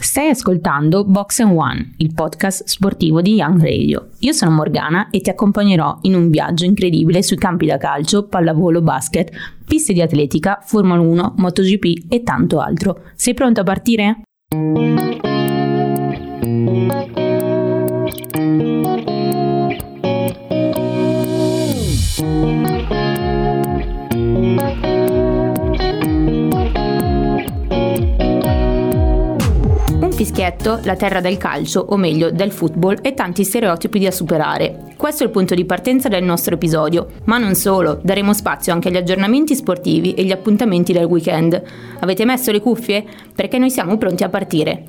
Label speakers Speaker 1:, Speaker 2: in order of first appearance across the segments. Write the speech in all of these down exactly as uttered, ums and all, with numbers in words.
Speaker 1: Stai ascoltando Box and One, il podcast sportivo di Young Radio. Io sono Morgana e ti accompagnerò in un viaggio incredibile sui campi da calcio, pallavolo, basket, piste di atletica, Formula uno, MotoGP e tanto altro. Sei pronto a partire? Fischietto, la terra del calcio, o meglio del football, e tanti stereotipi da superare. Questo è il punto di partenza del nostro episodio, ma non solo, daremo spazio anche agli aggiornamenti sportivi e gli appuntamenti del weekend. Avete messo le cuffie? Perché noi siamo pronti a partire.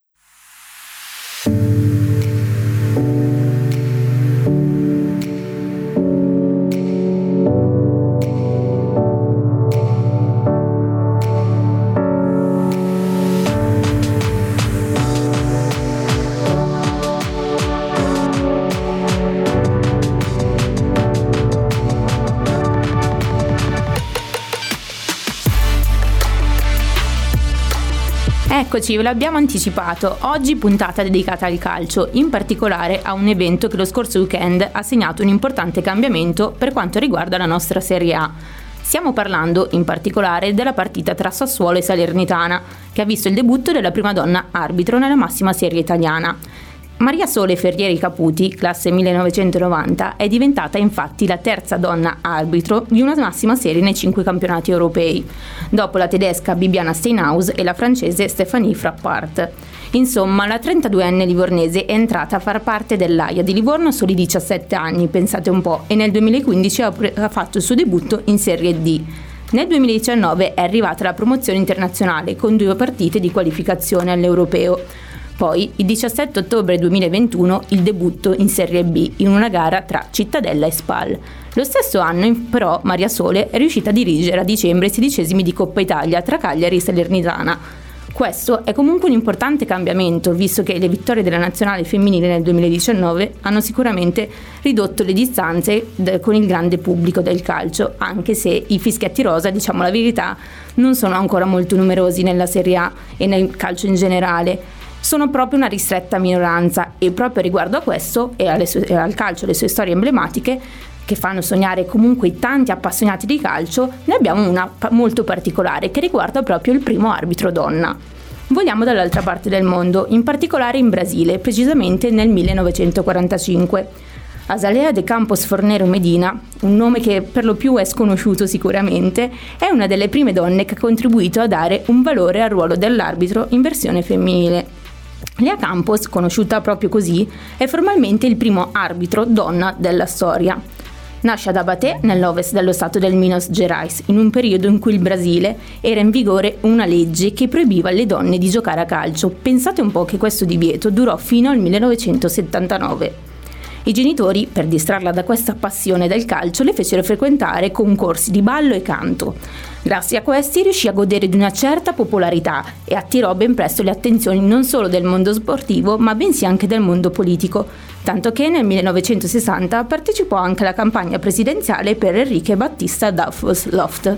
Speaker 1: Eccoci, ve l'abbiamo anticipato, oggi puntata dedicata al calcio, in particolare a un evento che lo scorso weekend ha segnato un importante cambiamento per quanto riguarda la nostra Serie A. Stiamo parlando in particolare della partita tra Sassuolo e Salernitana, che ha visto il debutto della prima donna arbitro nella massima serie italiana. Maria Sole Ferrieri Caputi, classe millenovecentonovanta, è diventata infatti la terza donna arbitro di una massima serie nei cinque campionati europei, dopo la tedesca Bibiana Steinhaus e la francese Stéphanie Frappart. Insomma, la trentaduenne livornese è entrata a far parte dell'A I A di Livorno a soli diciassette anni, pensate un po', e nel duemilaquindici ha, pre- ha fatto il suo debutto in Serie D. Nel duemiladiciannove è arrivata la promozione internazionale con due partite di qualificazione all'Europeo. Poi, il diciassette ottobre duemilaventuno, il debutto in Serie B in una gara tra Cittadella e Spal. Lo stesso anno, però, Maria Sole è riuscita a dirigere a dicembre i sedicesimi di Coppa Italia tra Cagliari e Salernitana. Questo è comunque un importante cambiamento, visto che le vittorie della nazionale femminile nel duemiladiciannove hanno sicuramente ridotto le distanze con il grande pubblico del calcio, anche se i fischietti rosa, diciamo la verità, non sono ancora molto numerosi nella Serie A e nel calcio in generale. Sono proprio una ristretta minoranza e proprio riguardo a questo e alle sue, al calcio, le sue storie emblematiche che fanno sognare comunque tanti appassionati di calcio, ne abbiamo una molto particolare che riguarda proprio il primo arbitro donna. Vogliamo dall'altra parte del mondo, in particolare in Brasile, precisamente nel millenovecentoquarantacinque. Azalea de Campos Fornero Medina, un nome che per lo più è sconosciuto sicuramente, è una delle prime donne che ha contribuito a dare un valore al ruolo dell'arbitro in versione femminile. Lea Campos, conosciuta proprio così, è formalmente il primo arbitro donna della storia. Nasce ad Abaté, nell'ovest dello stato del Minas Gerais, in un periodo in cui il Brasile era in vigore una legge che proibiva alle donne di giocare a calcio. Pensate un po' che questo divieto durò fino al millenovecentosettantanove. I genitori, per distrarla da questa passione del calcio, le fecero frequentare concorsi di ballo e canto. Grazie a questi riuscì a godere di una certa popolarità e attirò ben presto le attenzioni non solo del mondo sportivo, ma bensì anche del mondo politico, tanto che nel millenovecentosessanta partecipò anche alla campagna presidenziale per Enrique Battista Douglas Loft.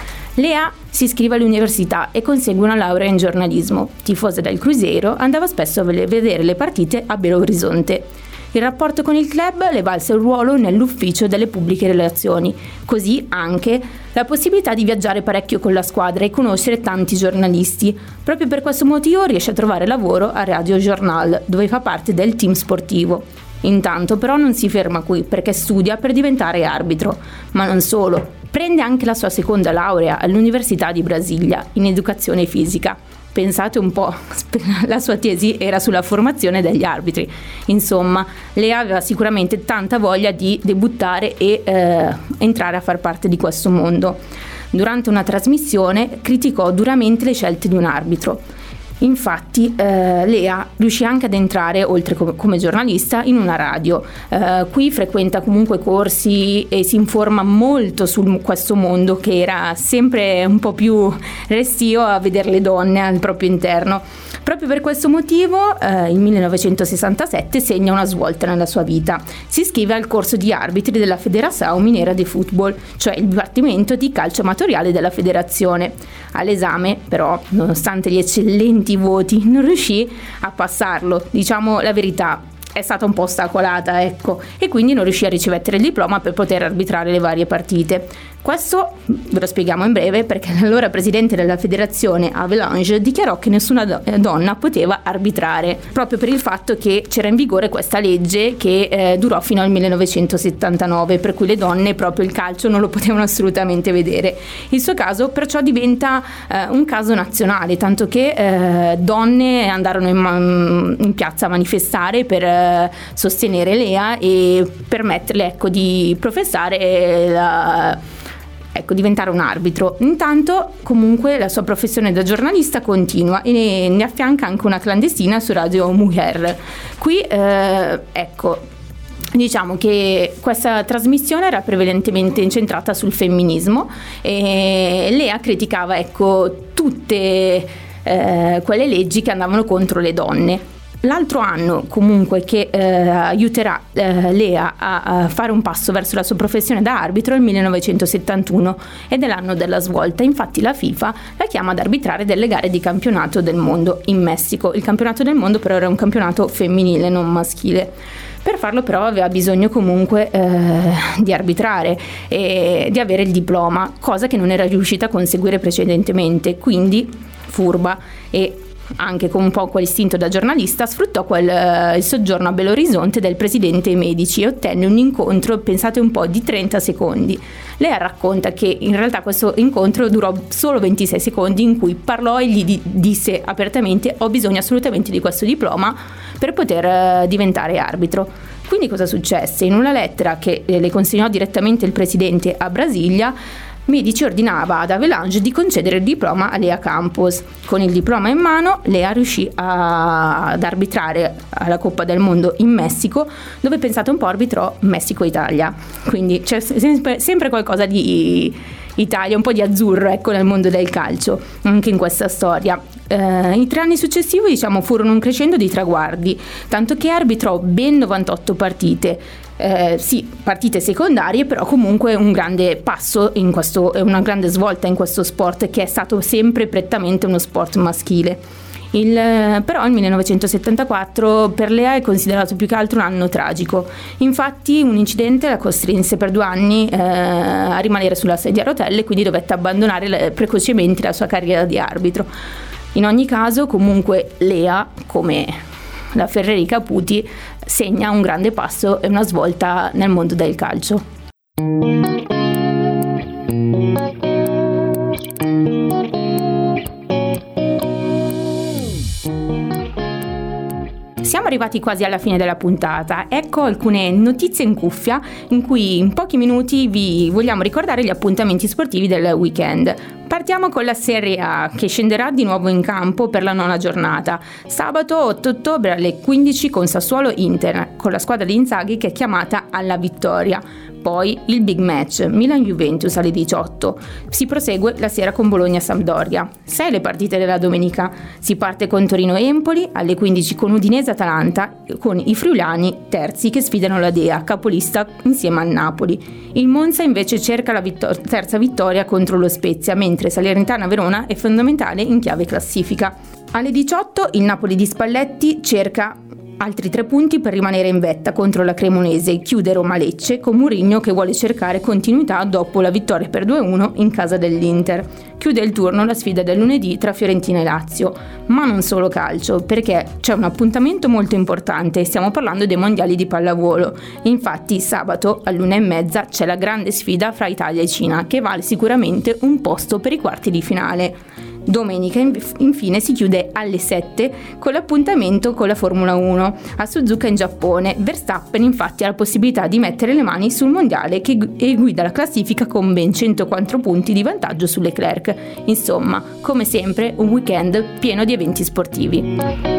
Speaker 1: Lea si iscrive all'università e consegue una laurea in giornalismo. Tifosa del Cruzeiro, andava spesso a vedere le partite a Belo Horizonte. Il rapporto con il club le valse un ruolo nell'ufficio delle pubbliche relazioni, così anche la possibilità di viaggiare parecchio con la squadra e conoscere tanti giornalisti. Proprio per questo motivo riesce a trovare lavoro a Radio Jornal, dove fa parte del team sportivo. Intanto però non si ferma qui, perché studia per diventare arbitro, ma non solo. Prende anche la sua seconda laurea all'Università di Brasilia in educazione fisica. Pensate un po', la sua tesi era sulla formazione degli arbitri. Insomma, Lea aveva sicuramente tanta voglia di debuttare e eh, entrare a far parte di questo mondo. Durante una trasmissione criticò duramente le scelte di un arbitro. Infatti eh, Lea riuscì anche ad entrare, oltre come, come giornalista, in una radio. Eh, qui frequenta comunque corsi e si informa molto su questo mondo che era sempre un po' più restio a vedere le donne al proprio interno. Proprio per questo motivo eh, il millenovecentosessantasette segna una svolta nella sua vita. Si iscrive al corso di arbitri della Federação Mineira de Futebol, cioè il dipartimento di calcio amatoriale della federazione. All'esame, però, nonostante gli eccellenti venti voti, non riuscì a passarlo, diciamo la verità. È stata un po' ostacolata, ecco, e quindi non riuscì a ricevere il diploma per poter arbitrare le varie partite. Questo ve lo spieghiamo in breve perché l'allora presidente della federazione Avalanche dichiarò che nessuna do- donna poteva arbitrare, proprio per il fatto che c'era in vigore questa legge che eh, durò fino al millenovecentosettantanove, per cui le donne proprio il calcio non lo potevano assolutamente vedere. Il suo caso perciò diventa eh, un caso nazionale, tanto che eh, donne andarono in, in piazza a manifestare per eh, sostenere Lea e permetterle, ecco, di professare la Ecco, diventare un arbitro. Intanto, comunque, la sua professione da giornalista continua e ne, ne affianca anche una clandestina su Radio Mujer. Qui, eh, ecco, diciamo che questa trasmissione era prevalentemente incentrata sul femminismo e Lea criticava, ecco, tutte eh, quelle leggi che andavano contro le donne. L'altro anno comunque che eh, aiuterà eh, Lea a, a fare un passo verso la sua professione da arbitro è il millenovecentosettantuno ed è l'anno della svolta. Infatti la FIFA la chiama ad arbitrare delle gare di campionato del mondo in Messico. Il campionato del mondo però era un campionato femminile, non maschile. Per farlo però aveva bisogno comunque eh, di arbitrare e di avere il diploma, cosa che non era riuscita a conseguire precedentemente. Quindi, furba e anche con un po' quell'istinto da giornalista, sfruttò quel, uh, il soggiorno a Belo Horizonte del presidente Medici e ottenne un incontro, pensate un po', di trenta secondi. Lei racconta che in realtà questo incontro durò solo ventisei secondi, in cui parlò e gli di- disse apertamente: ho bisogno assolutamente di questo diploma per poter uh, diventare arbitro. Quindi cosa successe? In una lettera che eh, le consegnò direttamente il presidente a Brasilia, Medici ordinava ad Avalanche di concedere il diploma a Lea Campos. Con il diploma in mano, Lea riuscì a, ad arbitrare alla Coppa del Mondo in Messico, dove, pensate un po', arbitrò Messico-Italia. Quindi c'è sempre, sempre qualcosa di Italia, un po' di azzurro, ecco, nel mondo del calcio, anche in questa storia. Eh, I tre anni successivi, diciamo, furono un crescendo di traguardi, tanto che arbitrò ben novantotto partite. Eh, sì, partite secondarie, però comunque un grande passo in questo, una grande svolta in questo sport che è stato sempre prettamente uno sport maschile. Il, però il millenovecentosettantaquattro per Lea è considerato più che altro un anno tragico. Infatti un incidente la costrinse per due anni eh, a rimanere sulla sedia a rotelle, quindi dovette abbandonare le, precocemente la sua carriera di arbitro. In ogni caso, comunque, Lea, come la Ferreri Caputi, segna un grande passo e una svolta nel mondo del calcio. Siamo arrivati quasi alla fine della puntata. Ecco alcune notizie in cuffia in cui in pochi minuti vi vogliamo ricordare gli appuntamenti sportivi del weekend. Partiamo con la Serie A, che scenderà di nuovo in campo per la nona giornata. Sabato otto ottobre alle quindici con Sassuolo Inter, con la squadra di Inzaghi che è chiamata alla vittoria. Poi il big match, Milan-Juventus alle diciotto. Si prosegue la sera con Bologna-Sampdoria. Sei le partite della domenica. Si parte con Torino-Empoli, alle quindici con Udinese-Atalanta, con i friulani terzi che sfidano la Dea, capolista insieme al Napoli. Il Monza invece cerca la vittor- terza vittoria contro lo Spezia, mentre Salernitana-Verona è fondamentale in chiave classifica. Alle diciotto il Napoli di Spalletti cerca altri tre punti per rimanere in vetta contro la Cremonese, chiude Roma-Lecce con Mourinho che vuole cercare continuità dopo la vittoria per due a uno in casa dell'Inter. Chiude il turno la sfida del lunedì tra Fiorentina e Lazio, ma non solo calcio, perché c'è un appuntamento molto importante, stiamo parlando dei mondiali di pallavolo. Infatti sabato all'una e mezza c'è la grande sfida fra Italia e Cina, che vale sicuramente un posto per i quarti di finale. Domenica infine si chiude alle sette con l'appuntamento con la Formula uno a Suzuka in Giappone. Verstappen infatti ha la possibilità di mettere le mani sul mondiale che guida la classifica con ben centoquattro punti di vantaggio su Leclerc. Insomma, come sempre, un weekend pieno di eventi sportivi.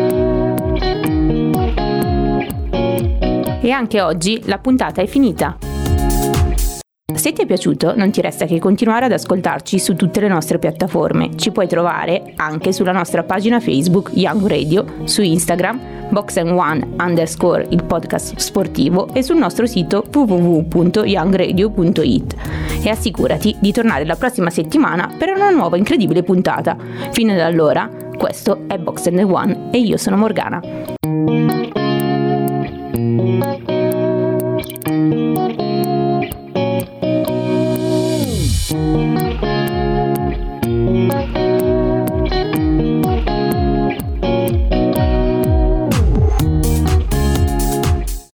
Speaker 1: E anche oggi la puntata è finita. Se ti è piaciuto, non ti resta che continuare ad ascoltarci su tutte le nostre piattaforme. Ci puoi trovare anche sulla nostra pagina Facebook Young Radio, su Instagram box and one underscore il podcast sportivo e sul nostro sito w w w punto young radio punto it. E assicurati di tornare la prossima settimana per una nuova incredibile puntata. Fino ad allora, Questo è Box and One e io sono Morgana.